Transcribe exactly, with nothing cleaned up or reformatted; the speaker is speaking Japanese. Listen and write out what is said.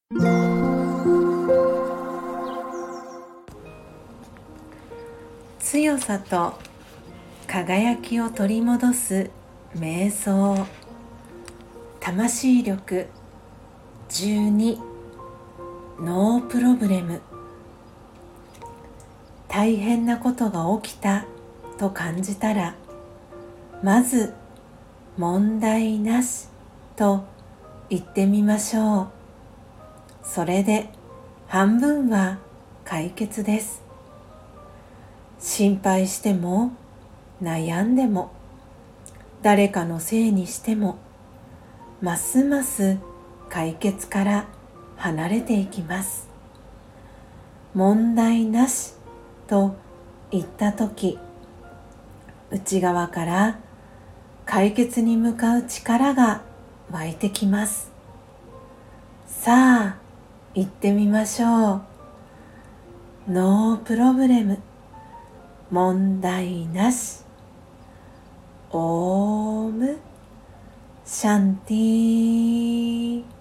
強さと輝きを取り戻す瞑想。魂力じゅうに、ノープロブレム。大変なことが起きたと感じたら、まず問題なしと言ってみましょう。それで半分は解決です。心配しても悩んでも誰かのせいにしても、ますます解決から離れていきます。問題なしと言ったとき、内側から解決に向かう力が湧いてきます。さあ、行ってみましょう。ノープロブレム、問題なし。オームシャンティー。